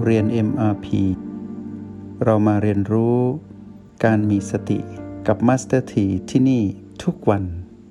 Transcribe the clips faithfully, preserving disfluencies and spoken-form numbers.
เรียน เอ็ม อาร์ พี เรามาเรียนรู้การมีสติกับ Master T ที่นี่ทุกวัน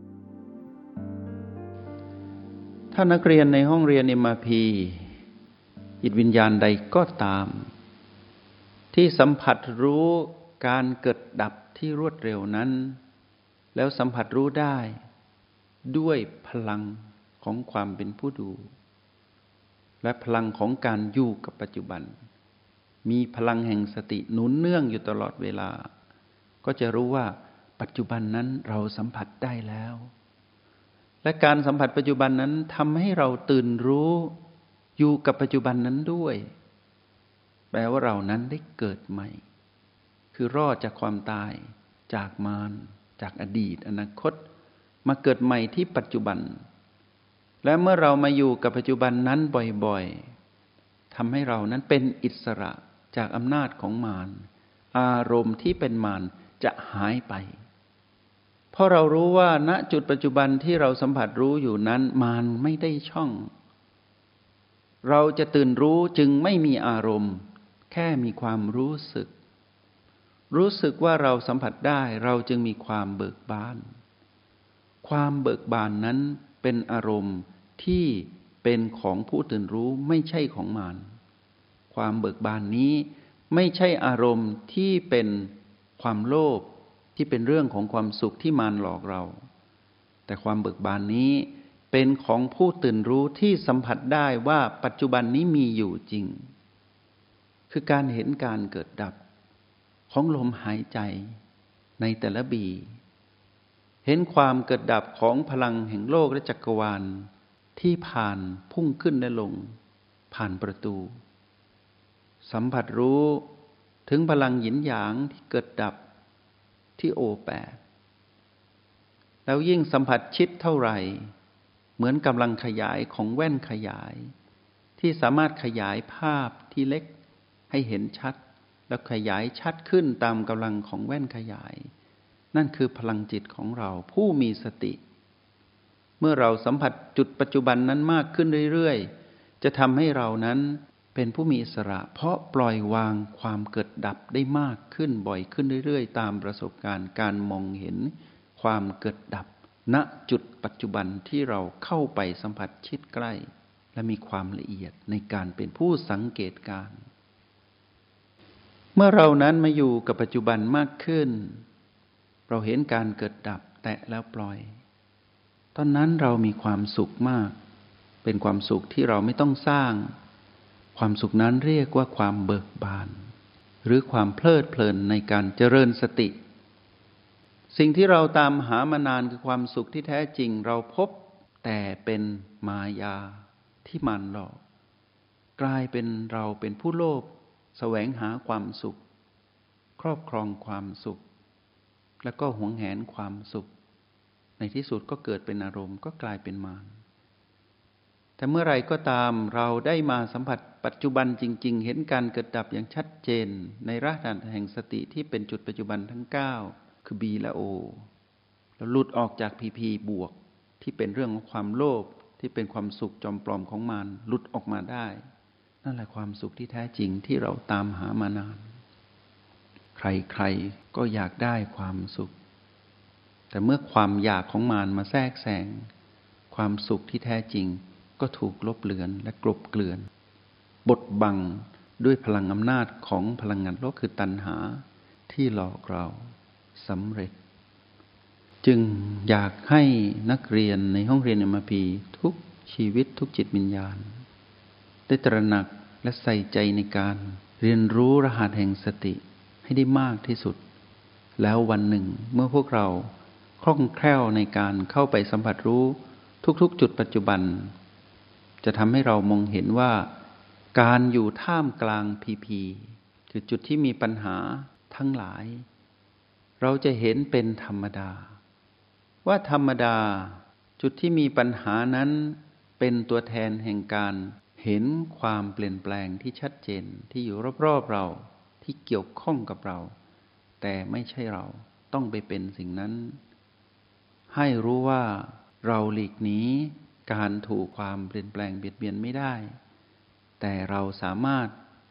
ถ้านักเรียนในห้องเรียน เอ็ม อาร์ พี จิตวิญญาณใดก็ตามที่สัมผัสรู้การเกิดดับที่รวดเร็วนั้นแล้วสัมผัสรู้ได้ด้วยพลังของความเป็นผู้ดูและพลังของการอยู่กับปัจจุบันมีพลังแห่งสติหนุนเนื่องอยู่ตลอดเวลาก็จะรู้ว่าปัจจุบันนั้นเราสัมผัสได้แล้วและการสัมผัสปัจจุบันนั้นทำให้เราตื่นรู้อยู่กับปัจจุบันนั้นด้วยแปลว่าเรานั้นได้เกิดใหม่คือรอดจากความตายจากมารจากอดีตอนาคตมาเกิดใหม่ที่ปัจจุบันและเมื่อเรามาอยู่กับปัจจุบันนั้นบ่อยๆทำให้เรานั้นเป็นอิสระจากอำนาจของมารอารมณ์ที่เป็นมารจะหายไปเพราะเรารู้ว่าณจุดปัจจุบันที่เราสัมผัสรู้อยู่นั้นมารไม่ได้ช่องเราจะตื่นรู้จึงไม่มีอารมณ์แค่มีความรู้สึกรู้สึกว่าเราสัมผัสได้เราจึงมีความเบิกบานความเบิกบานนั้นเป็นอารมณ์ที่เป็นของผู้ตื่นรู้ไม่ใช่ของมารความเบิกบานนี้ไม่ใช่อารมณ์ที่เป็นความโลภที่เป็นเรื่องของความสุขที่มารหลอกเราแต่ความเบิกบานนี้เป็นของผู้ตื่นรู้ที่สัมผัสได้ว่าปัจจุบันนี้มีอยู่จริงคือการเห็นการเกิดดับของลมหายใจในแต่ละบีเห็นความเกิดดับของพลังแห่งโลกและจักรวาลที่ผ่านพุ่งขึ้นและลงผ่านประตูสัมผัสรู้ถึงพลังหยินหยางที่เกิดดับที่โอแปดแล้วยิ่งสัมผัสชิดเท่าไหร่เหมือนกำลังขยายของแว่นขยายที่สามารถขยายภาพที่เล็กให้เห็นชัดแล้วขยายชัดขึ้นตามกำลังของแว่นขยายนั่นคือพลังจิตของเราผู้มีสติเมื่อเราสัมผัสจุดปัจจุบันนั้นมากขึ้นเรื่อยๆจะทำให้เรานั้นเป็นผู้มีอิสระเพราะปล่อยวางความเกิดดับได้มากขึ้นบ่อยขึ้นเรื่อยๆตามประสบการณ์การมองเห็นความเกิดดับณจุดปัจจุบันที่เราเข้าไปสัมผัสชิดใกล้และมีความละเอียดในการเป็นผู้สังเกตการณ์เมื่อเรานั้นมาอยู่กับปัจจุบันมากขึ้นเราเห็นการเกิดดับแตะแล้วปล่อยตอนนั้นเรามีความสุขมากเป็นความสุขที่เราไม่ต้องสร้างความสุขนั้นเรียกว่าความเบิกบานหรือความเพลิดเพลินในการเจริญสติสิ่งที่เราตามหามานานคือความสุขที่แท้จริงเราพบแต่เป็นมายาที่มารหลอกกลายเป็นเราเป็นผู้โลภแสวงหาความสุขครอบครองความสุขแล้วก็หวงแหนความสุขในที่สุดก็เกิดเป็นอารมณ์ก็กลายเป็นมารแต่เมื่อไรก็ตามเราได้มาสัมผัสปัจจุบันจริงๆเห็นการเกิดดับอย่างชัดเจนในรากฐานแห่งสติที่เป็นจุดปัจจุบันทั้งเก้าคือ B และ O แล้วหลุดออกจาก พี พี บวกที่เป็นเรื่องของความโลภที่เป็นความสุขจอมปลอมของมารหลุดออกมาได้นั่นแหละความสุขที่แท้จริงที่เราตามหามานานใครๆก็อยากได้ความสุขแต่เมื่อความอยากของมารมาแทรกแซงความสุขที่แท้จริงก็ถูกลบเลือนและกลบเกลื่อนบดบังด้วยพลังอำนาจของพลังงานลบคือตัณหาที่หลอกเราสำเร็จจึงอยากให้นักเรียนในห้องเรียน เอ็ม อาร์ พี ทุกชีวิตทุกจิตวิญญาณได้ตระหนักและใส่ใจในการเรียนรู้รหัสแห่งสติให้ได้มากที่สุดแล้ววันหนึ่งเมื่อพวกเราคล่องแคล่วในการเข้าไปสัมผัสรู้ทุกๆจุดปัจจุบันจะทำให้เรามองเห็นว่าการอยู่ท่ามกลางพีพีคือจุดที่มีปัญหาทั้งหลายเราจะเห็นเป็นธรรมดาว่าธรรมดาจุดที่มีปัญหานั้นเป็นตัวแทนแห่งการเห็นความเปลี่ยนแปลงที่ชัดเจนที่อยู่รอบๆเราที่เกี่ยวข้องกับเราแต่ไม่ใช่เราต้องไปเป็นสิ่งนั้นให้รู้ว่าเราหลีกหนีการถูกความเปลี่ยนแปลงเบียดเบียนไม่ได้แต่เราสามารถ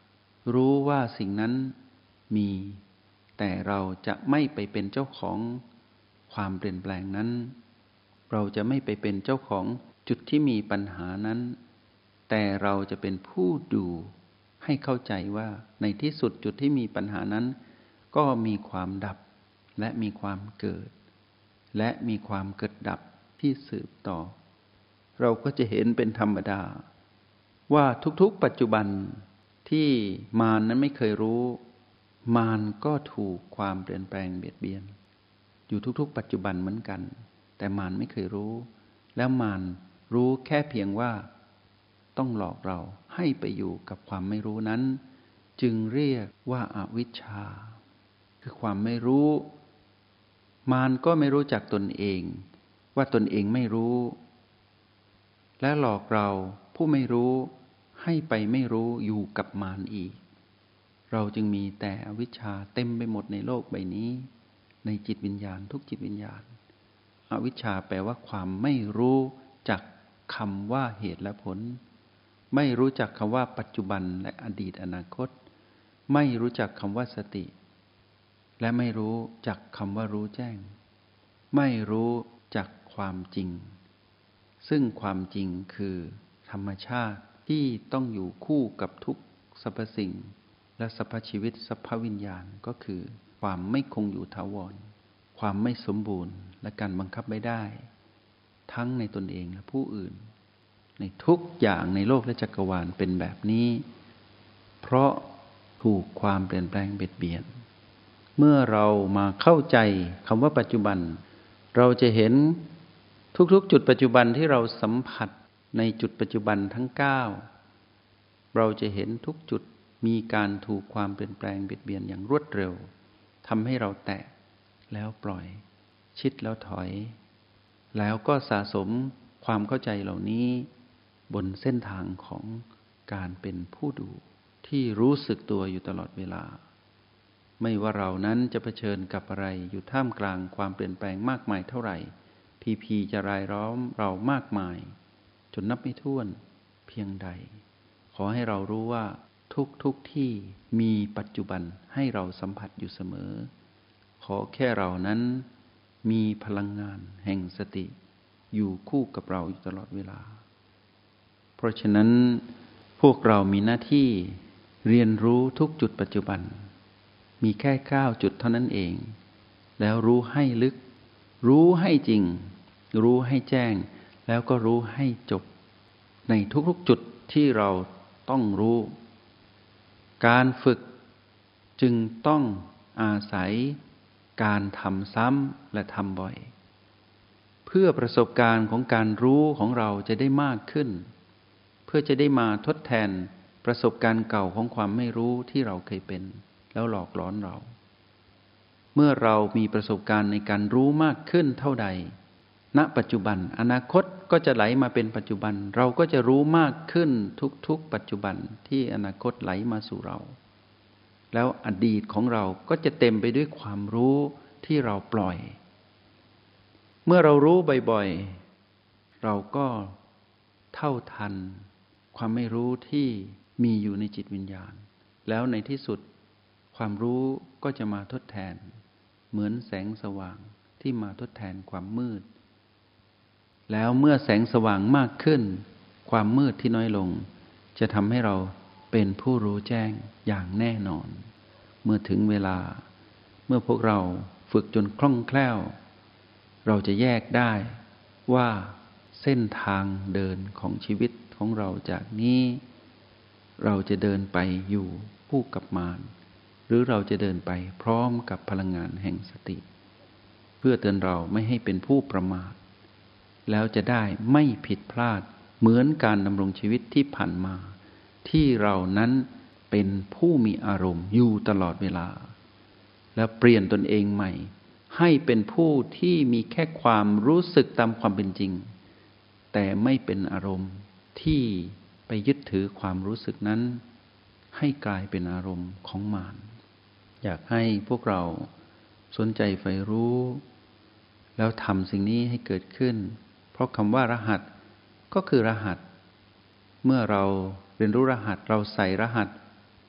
รู้ว่าสิ่งนั้นมีแต่เราจะไม่ไปเป็นเจ้าของความเปลี่ยนแปลงนั้นเราจะไม่ไปเป็นเจ้าของจุดที่มีปัญหานั้นแต่เราจะเป็นผู้ดูให้เข้าใจว่าในที่สุดจุดที่มีปัญหานั้นก็มีความดับและมีความเกิดและมีความเกิดดับที่สืบต่อเราก็จะเห็นเป็นธรรมดาว่าทุกๆปัจจุบันที่มารนั้นไม่เคยรู้มารก็ถูกความเปลี่ยนแปลงเบียดเบียนอยู่ทุกๆปัจจุบันเหมือนกันแต่มารไม่เคยรู้แล้วมารรู้แค่เพียงว่าต้องหลอกเราให้ไปอยู่กับความไม่รู้นั้นจึงเรียกว่าอวิชชาคือความไม่รู้มารก็ไม่รู้จักตนเองว่าตนเองไม่รู้และหลอกเราผู้ไม่รู้ให้ไปไม่รู้อยู่กับมารอีกเราจึงมีแต่อวิชชาเต็มไปหมดในโลกใบนี้ในจิตวิญญาณทุกจิตวิญญาณอวิชชาแปลว่าความไม่รู้จักคำว่าเหตุและผลไม่รู้จักคำว่าปัจจุบันและอดีตอนาคตไม่รู้จักคำว่าสติและไม่รู้จักคำว่ารู้แจ้งไม่รู้จักความจริงซึ่งความจริงคือธรรมชาติที่ต้องอยู่คู่กับทุกสรรพสิ่งและสรรพชีวิตสรรพวิญญาณก็คือความไม่คงอยู่ถาวรความไม่สมบูรณ์และการบังคับไม่ได้ทั้งในตนเองและผู้อื่นในทุกอย่างในโลกและจักรวาลเป็นแบบนี้เพราะถูกความเปลี่ยนแปลงเบียดเบียนเมื่อเรามาเข้าใจคำว่าปัจจุบันเราจะเห็นทุกๆจุดปัจจุบันที่เราสัมผัสในจุดปัจจุบันทั้งเก้าเราจะเห็นทุกจุดมีการถูกความเปลี่ยนแปลงเบียดเบียนอย่างรวดเร็วทำให้เราแตะแล้วปล่อยชิดแล้วถอยแล้วก็สะสมความเข้าใจเหล่านี้บนเส้นทางของการเป็นผู้ดูที่รู้สึกตัวอยู่ตลอดเวลาไม่ว่าเรานั้นจะเผชิญกับอะไรอยู่ท่ามกลางความเปลี่ยนแปลงมากมายเท่าไหร่พีพีจะรายล้อมเรามากมายจนนับไม่ถ้วนเพียงใดขอให้เรารู้ว่าทุกทุกที่มีปัจจุบันให้เราสัมผัสอยู่เสมอขอแค่เรานั้นมีพลังงานแห่งสติอยู่คู่กับเราอยู่ตลอดเวลาเพราะฉะนั้นพวกเรามีหน้าที่เรียนรู้ทุกจุดปัจจุบันมีแค่เก้าจุดเท่านั้นเองแล้วรู้ให้ลึกรู้ให้จริงรู้ให้แจ้งแล้วก็รู้ให้จบในทุกๆจุดที่เราต้องรู้การฝึกจึงต้องอาศัยการทำซ้ำและทำบ่อยเพื่อประสบการณ์ของการรู้ของเราจะได้มากขึ้นเพื่อจะได้มาทดแทนประสบการณ์เก่าของความไม่รู้ที่เราเคยเป็นแล้วหลอกหลอนเราเมื่อเรามีประสบการณ์ในการรู้มากขึ้นเท่าใดณปัจจุบันอนาคตก็จะไหลมาเป็นปัจจุบันเราก็จะรู้มากขึ้นทุกๆปัจจุบันที่อนาคตไหลมาสู่เราแล้วอดีตของเราก็จะเต็มไปด้วยความรู้ที่เราปล่อยเมื่อเรารู้บ่อยๆเราก็เท่าทันความไม่รู้ที่มีอยู่ในจิตวิญญาณแล้วในที่สุดความรู้ก็จะมาทดแทนเหมือนแสงสว่างที่มาทดแทนความมืดแล้วเมื่อแสงสว่างมากขึ้นความมืดที่น้อยลงจะทำให้เราเป็นผู้รู้แจ้งอย่างแน่นอนเมื่อถึงเวลาเมื่อพวกเราฝึกจนคล่องแคล่วเราจะแยกได้ว่าเส้นทางเดินของชีวิตของเราจากนี้เราจะเดินไปอยู่คู่กับมารหรือเราจะเดินไปพร้อมกับพลังงานแห่งสติเพื่อเตือนเราไม่ให้เป็นผู้ประมาทแล้วจะได้ไม่ผิดพลาดเหมือนการดำรงชีวิตที่ผ่านมาที่เรานั้นเป็นผู้มีอารมณ์อยู่ตลอดเวลาแล้วเปลี่ยนตนเองใหม่ให้เป็นผู้ที่มีแค่ความรู้สึกตามความเป็นจริงแต่ไม่เป็นอารมณ์ที่ไปยึดถือความรู้สึกนั้นให้กลายเป็นอารมณ์ของมารอยากให้พวกเราสนใจใฝ่รู้แล้วทำสิ่งนี้ให้เกิดขึ้นเพราะคำว่ารหัสก็คือรหัสเมื่อเราเรียนรู้รหัสเราใส่รหัส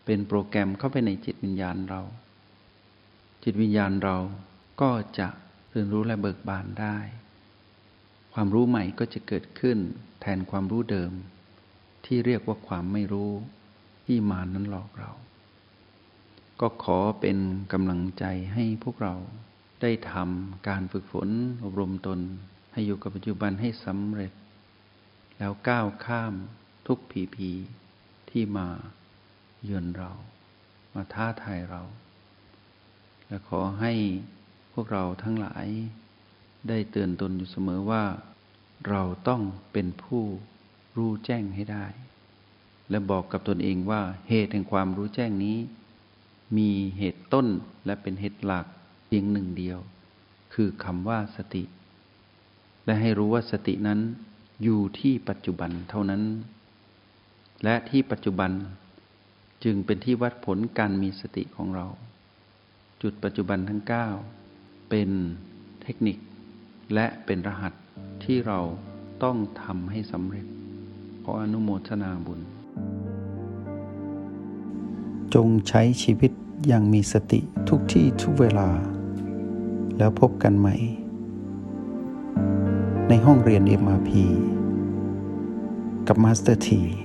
เป็นโปรแกรมเข้าไปในจิตวิญญาณเราจิตวิญญาณเราก็จะเรียนรู้และเบิกบานได้ความรู้ใหม่ก็จะเกิดขึ้นแทนความรู้เดิมที่เรียกว่าความไม่รู้ที่มารนั้นหลอกเราก็ขอเป็นกำลังใจให้พวกเราได้ทำการฝึกฝนอบรมตนให้อยู่กับปัจจุบันให้สำเร็จแล้วก้าวข้ามทุกผีผีที่มาเยือนเรามาท้าทายเราและขอให้พวกเราทั้งหลายได้เตือนตนอยู่เสมอว่าเราต้องเป็นผู้รู้แจ้งให้ได้และบอกกับตนเองว่าเหตุแห่งความรู้แจ้งนี้มีเหตุต้นและเป็นเหตุหลักเพียงหนึ่งเดียวคือคำว่าสติและให้รู้ว่าสตินั้นอยู่ที่ปัจจุบันเท่านั้นและที่ปัจจุบันจึงเป็นที่วัดผลการมีสติของเราจุดปัจจุบันทั้งเก้าเป็นเทคนิคและเป็นรหัสที่เราต้องทำให้สำเร็จขออนุโมทนาบุญจงใช้ชีวิตอย่างมีสติทุกที่ทุกเวลาแล้วพบกันใหม่ในห้องเรียน เอ็ม อาร์ พี กับมาสเตอร์ ที